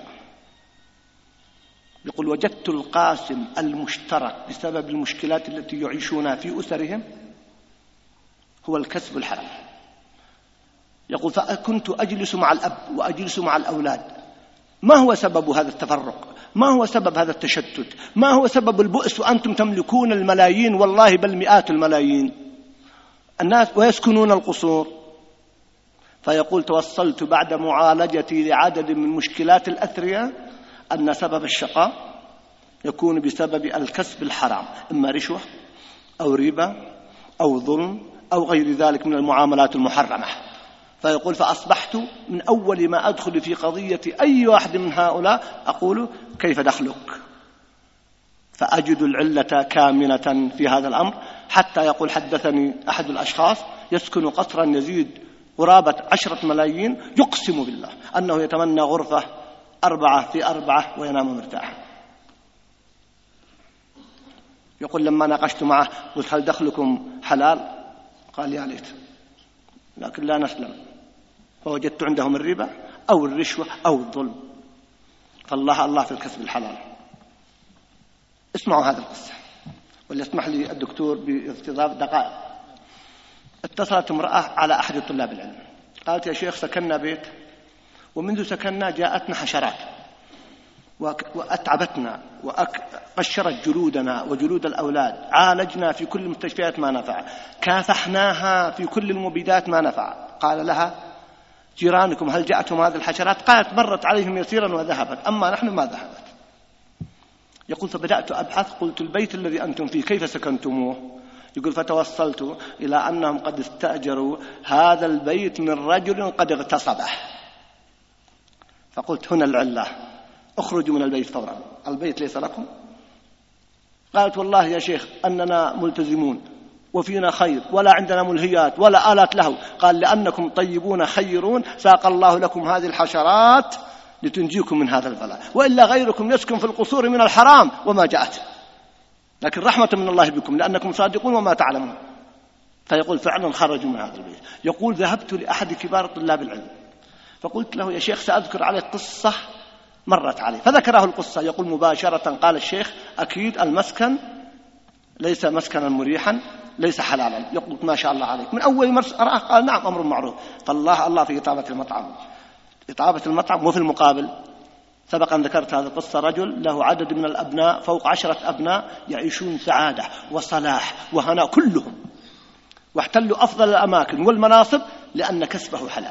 يقول وجدت القاسم المشترك بسبب المشكلات التي يعيشونها في أسرهم هو الكسب الحرام. يقول فكنت أجلس مع الأب وأجلس مع الأولاد، ما هو سبب هذا التفرق؟ ما هو سبب هذا التشتت؟ ما هو سبب البؤس وأنتم تملكون الملايين، والله بل مئات الملايين الناس ويسكنون القصور؟ فيقول توصلت بعد معالجتي لعدد من مشكلات الأثرياء أن سبب الشقاء يكون بسبب الكسب الحرام، إما رشوة أو ربا أو ظلم أو غير ذلك من المعاملات المحرمة. فيقول فأصبحت من أول ما أدخل في قضية أي واحد من هؤلاء أقول كيف دخلك؟ فأجد العلة كامنة في هذا الأمر، حتى يقول حدثني أحد الأشخاص يسكن قصرا يزيد قرابة عشرة ملايين، يقسم بالله أنه يتمنى غرفة أربعة في أربعة وينام مرتاحا. يقول لما ناقشت معه قلت هل دخلكم حلال؟ قال يا ليت، لكن لا نسلم، فوجدت عندهم الربا أو الرشوة أو الظلم. فالله الله في الكسب الحلال. اسمعوا هذه القصة، وليسمح لي الدكتور باستضافة دقائق. اتصلت امرأة على أحد طلاب العلم، قالت يا شيخ سكننا بيت، ومنذ سكننا جاءتنا حشرات وأتعبتنا وقشرت جلودنا وجلود الأولاد، عالجنا في كل المستشفيات ما نفع، كافحناها في كل المبيدات ما نفع. قال لها جيرانكم هل جاءتهم هذه الحشرات؟ قالت مرت عليهم يسيرا وذهبت، أما نحن ما ذهبت. يقول فبدأت أبحث، قلت البيت الذي أنتم فيه كيف سكنتموه؟ يقول فتوصلت إلى أنهم قد استأجروا هذا البيت من رجل قد اغتصبه. فقلت هنا العلة، اخرجوا من البيت فورا، البيت ليس لكم. قالت والله يا شيخ أننا ملتزمون وفينا خير ولا عندنا ملهيات ولا آلات له. قال لأنكم طيبون خيرون ساق الله لكم هذه الحشرات لتنجيكم من هذا البلاء، وإلا غيركم يسكن في القصور من الحرام وما جاءت، لكن رحمة من الله بكم لأنكم صادقون وما تعلمون. فيقول فعلا خرجوا من هذا البيت. يقول ذهبت لأحد كبار طلاب العلم فقلت له يا شيخ سأذكر عليك قصة مرت عليه، فذكره القصة. يقول مباشرة قال الشيخ أكيد المسكن ليس مسكنا مريحا، ليس حلالا. يقول ما شاء الله عليك، من أول مرس أراه قال نعم أمر معروف. فالله الله في إطابة المطعم، إطابة المطعم. وفي المقابل سبق أن ذكرت هذه القصة، رجل له عدد من الأبناء فوق عشرة أبناء يعيشون سعادة وصلاح وهناء كلهم، واحتلوا أفضل الأماكن والمناصب لأن كسبه حلال.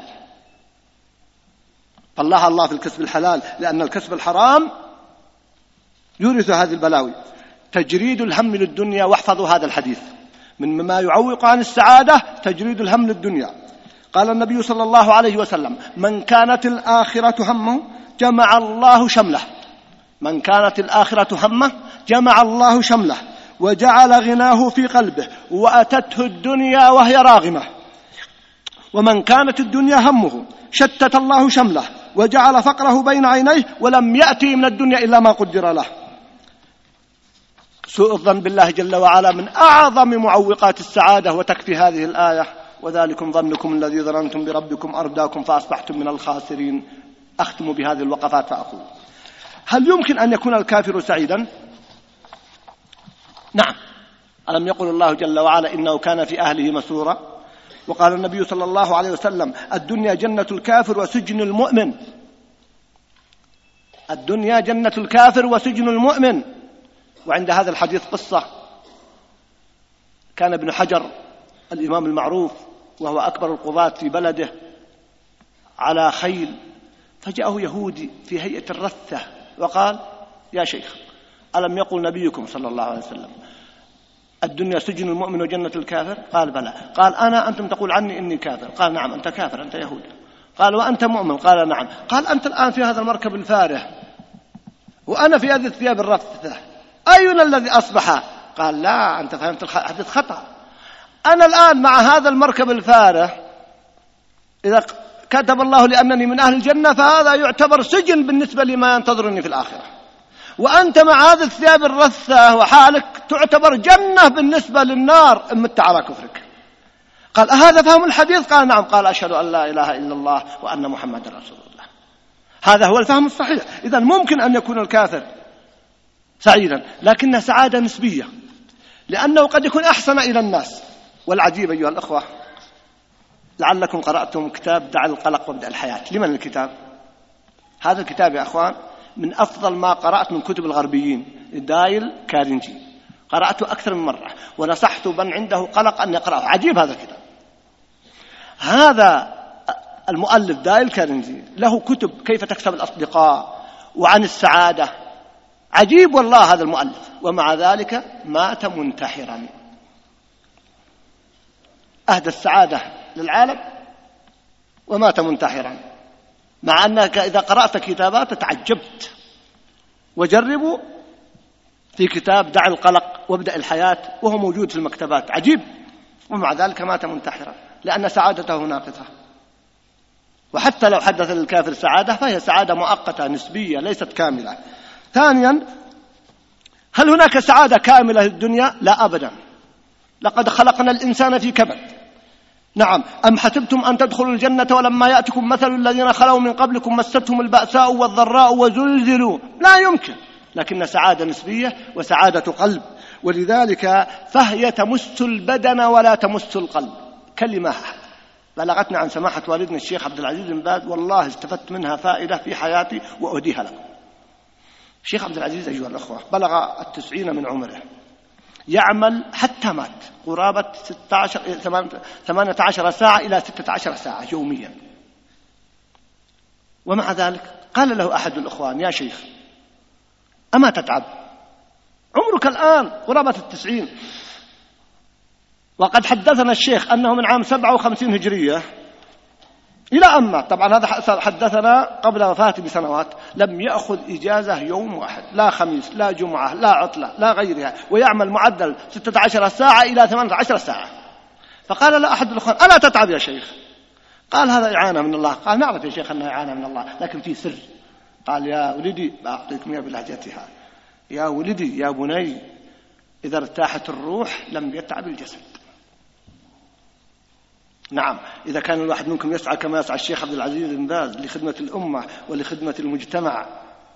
فالله الله في الكسب الحلال، لأن الكسب الحرام يورث هذه البلاوي. تجريد الهم للدنيا، واحفظوا هذا الحديث، من مما يعوق عن السعادة تجريد الهم للدنيا. قال النبي صلى الله عليه وسلم من كانت الآخرة همه جمع الله شمله، من كانت الآخرة همه جمع الله شمله وجعل غناه في قلبه وأتته الدنيا وهي راغمة. ومن كانت الدنيا همه شتت الله شمله وجعل فقره بين عينيه ولم يأتي من الدنيا إلا ما قدر له. سوء الظن بالله جل وعلا من أعظم معوقات السعادة، وتكفي هذه الآية: وذلكم ظنكم الذي ظننتم بربكم أرداكم فأصبحتم من الخاسرين. أختم بهذه الوقفات فأقول: هل يمكن أن يكون الكافر سعيدا؟ نعم. ألم يقل الله جل وعلا: إنه كان في أهله مسرورا؟ وقال النبي صلى الله عليه وسلم: الدنيا جنة الكافر وسجن المؤمن. الدنيا جنة الكافر وسجن المؤمن. وعند هذا الحديث قصة: كان ابن حجر الإمام المعروف وهو أكبر القضاة في بلده على خيل، فجاءه يهودي في هيئة الرثة وقال: يا شيخ، ألم يقل نبيكم صلى الله عليه وسلم الدنيا سجن المؤمن وجنة الكافر؟ قال: بلى. قال: أنا أنتم تقول عني إني كافر. قال: نعم، أنت كافر، أنت يهودي. قال: وأنت مؤمن؟ قال: نعم. قال: أنت الآن في هذا المركب الفارح وأنا في هذه الثياب الرثة، أينا الذي أصبح؟ قال: لا، أنت فهمت الحديث خطأ. أنا الآن مع هذا المركب الفارح، إذا كتب الله لأنني من أهل الجنة فهذا يعتبر سجن بالنسبة لما ينتظرني في الآخرة، وأنت مع هذه الثياب الرثة وحالك تعتبر جنة بالنسبة للنار إن مت على كفرك. قال: هذا فهم الحديث؟ قال: نعم. قال: أشهد أن لا إله إلا الله وأن محمد رسول الله. هذا هو الفهم الصحيح. إذن ممكن أن يكون الكافر سعيدا، لكنها سعادة نسبية، لأنه قد يكون أحسن إلى الناس. والعجيب أيها الأخوة، لعلكم قرأتم كتاب دع القلق وابدأ الحياة. لمن الكتاب؟ هذا الكتاب يا أخوان من أفضل ما قرأت من كتب الغربيين، دايل كارنجي. قرأته أكثر من مرة ونصحت من عنده قلق أن يقرأه. عجيب هذا الكتاب. هذا المؤلف دايل كارنجي له كتب كيف تكسب الأصدقاء وعن السعادة. عجيب والله هذا المؤلف، ومع ذلك مات منتحرا. أهدى السعادة للعالم ومات منتحرا، مع أنك إذا قرأت كتابات تعجبت. وجربوا في كتاب دع القلق وابدأ الحياة، وهو موجود في المكتبات، عجيب، ومع ذلك مات منتحرا لأن سعادته ناقصة. وحتى لو حدث للكافر سعادة فهي سعادة مؤقتة نسبية ليست كاملة. ثانيا، هل هناك سعادة كاملة للدنيا؟ لا أبدا. لقد خلقنا الإنسان في كبد. نعم. أم حسبتم أن تدخلوا الجنة ولما يأتكم مثل الذين خلوا من قبلكم مستهم البأساء والضراء وزلزلوا؟ لا يمكن. لكن سعادة نسبية وسعادة قلب، ولذلك فهي تمس البدن ولا تمس القلب. كلمة بلغتنا عن سماحة والدنا الشيخ عبد العزيز بن باز، والله استفدت منها فائدة في حياتي وأهديها لكم. الشيخ عبد العزيز أيها الأخوة بلغ التسعين من عمره، يعمل حتى مات قرابة ثمانية عشر ساعة إلى ستة عشر ساعة يوميا. ومع ذلك قال له أحد الأخوان: يا شيخ، أما تتعب؟ عمرك الآن قرابة التسعين. وقد حدثنا الشيخ أنه من عام سبعة وخمسين هجرية إلى أما، طبعا هذا حدثنا قبل وفاته بسنوات، لم يأخذ إجازة يوم واحد، لا خميس لا جمعة لا عطلة لا غيرها، ويعمل معدل ستة عشر ساعة إلى ثمانية عشر ساعة. فقال له أحد الأخوان: ألا تتعب يا شيخ؟ قال: هذا إعانة من الله. قال: نعرف يا شيخ أنها إعانة من الله، لكن في سر. قال: يا ولدي، أعطيكم إياه بلهجتها، يا ولدي يا بني، إذا ارتاحت الروح لم يتعب الجسد. نعم، إذا كان الواحد منكم يسعى كما يسعى الشيخ عبد العزيز بن باز لخدمة الأمة ولخدمة المجتمع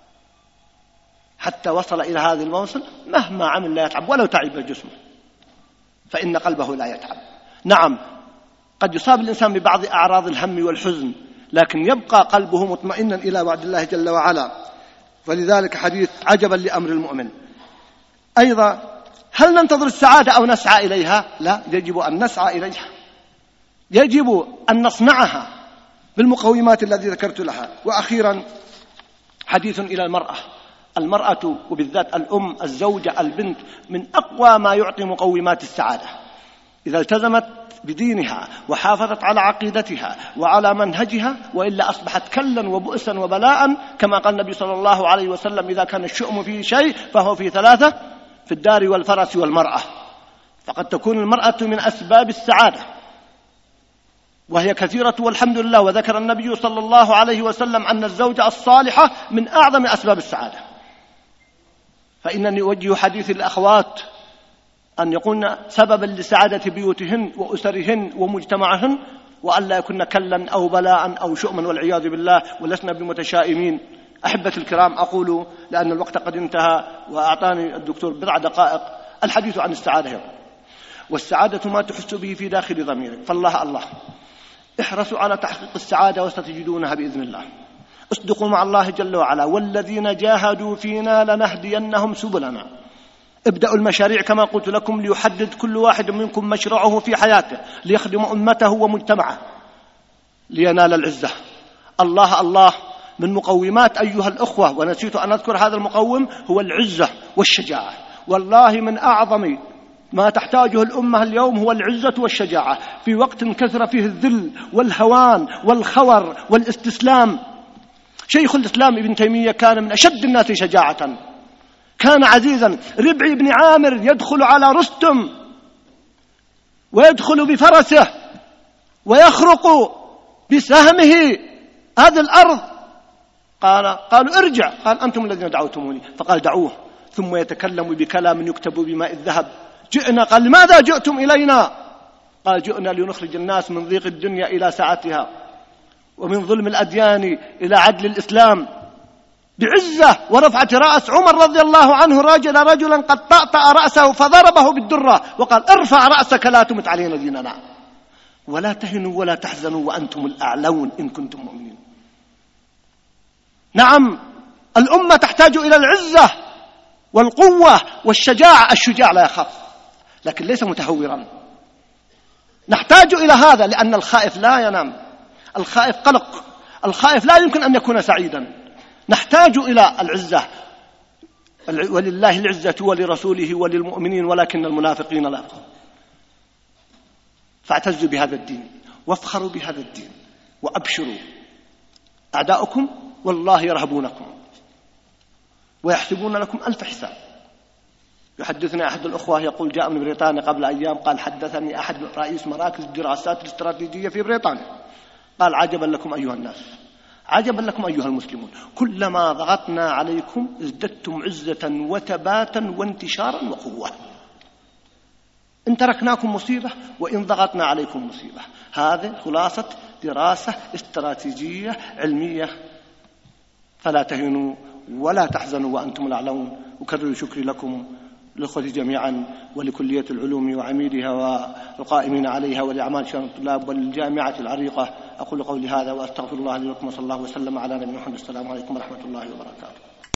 حتى وصل إلى هذا الموصل، مهما عمل لا يتعب ولو تعب جسمه، فإن قلبه لا يتعب. نعم، قد يصاب الإنسان ببعض أعراض الهم والحزن، لكن يبقى قلبه مطمئنا إلى وعد الله جل وعلا. فلذلك حديث عجبا لأمر المؤمن. أيضا، هل ننتظر السعادة أو نسعى إليها؟ لا، يجب أن نسعى إليها، يجب أن نصنعها بالمقومات التي ذكرت لها. وأخيرا، حديث إلى المرأة. المرأة وبالذات الأم، الزوجة، البنت، من أقوى ما يعطي مقومات السعادة. إذا التزمت بدينها وحافظت على عقيدتها وعلى منهجها، وإلا أصبحت كلا وبؤسا وبلاء، كما قال النبي صلى الله عليه وسلم: إذا كان الشؤم في شيء فهو في ثلاثة: في الدار والفرس والمرأة. فقد تكون المرأة من أسباب السعادة، وهي كثيرة والحمد لله. وذكر النبي صلى الله عليه وسلم أن الزوجة الصالحة من أعظم أسباب السعادة. فإنني أوجه حديث الأخوات أن يكون سببا لسعادة بيوتهن وأسرهن ومجتمعهن، وأن لا يكون كلا أو بلاء أو شؤما والعياذ بالله، ولسنا بمتشائمين. أحبة الكرام، أقول لأن الوقت قد انتهى وأعطاني الدكتور بضع دقائق الحديث عن السعادة. والسعادة ما تحس به في داخل ضميرك. فالله الله احرصوا على تحقيق السعادة وستجدونها بإذن الله. اصدقوا مع الله جل وعلا: والذين جاهدوا فينا لنهدينهم سبلنا. ابدأوا المشاريع كما قلت لكم، ليحدد كل واحد منكم مشروعه في حياته ليخدم أمته ومجتمعه لينال العزة. الله الله من مقومات أيها الأخوة، ونسيت أن أذكر هذا المقوم، هو العزة والشجاعة. والله من أعظم ما تحتاجه الأمة اليوم هو العزة والشجاعة، في وقت كثر فيه الذل والهوان والخور والاستسلام. شيخ الإسلام ابن تيمية كان من أشد الناس شجاعة، كان عزيزا. ربعي بن عامر يدخل على رستم ويدخل بفرسه ويخرق بسهمه هذه الأرض. قال قالوا ارجع، قال أنتم الذين دعوتموني، فقال دعوه. ثم يتكلم بكلام يكتب بماء الذهب. جئنا، قال لماذا جئتم إلينا؟ قال جئنا لنخرج الناس من ضيق الدنيا إلى سعتها، ومن ظلم الأديان إلى عدل الإسلام. بعزة ورفعة رأس. عمر رضي الله عنه راجل رجلا قد طأطأ رأسه فضربه بالدرة وقال ارفع رأسك لا تمت علينا ديننا، ولا تهنوا ولا تحزنوا وأنتم الأعلون إن كنتم مؤمنين. نعم، الأمة تحتاج إلى العزة والقوة والشجاعة. الشجاع لا يخاف لكن ليس متهورا. نحتاج إلى هذا، لأن الخائف لا ينام، الخائف قلق، الخائف لا يمكن أن يكون سعيدا. نحتاج إلى العزة، ولله العزة ولرسوله وللمؤمنين ولكن المنافقين لا يفقهون. فاعتزوا بهذا الدين وافخروا بهذا الدين وأبشروا. أعداؤكم والله يرهبونكم ويحسبون لكم ألف حساب. يحدثنا أحد الأخوة يقول جاء من بريطانيا قبل أيام، قال حدثني أحد رئيس مراكز الدراسات الاستراتيجية في بريطانيا، قال عجبا لكم أيها الناس، عجبا لكم أيها المسلمون، كلما ضغطنا عليكم ازددتم عزة وثباتا وانتشارا وقوة. إن تركناكم مصيبة وإن ضغطنا عليكم مصيبة. هذه خلاصة دراسة استراتيجية علمية. فلا تهنوا ولا تحزنوا وأنتم الأعلون. أكرر شكري لكم الأخوة جميعا، ولكلية العلوم وعميدها والقائمين عليها، ولأعمال شؤون الطلاب، والجامعة العريقة. أقول قولي هذا وأستغفر الله لي ولكم، وصلى الله وسلم على نبينا محمد. السلام عليكم ورحمة الله وبركاته.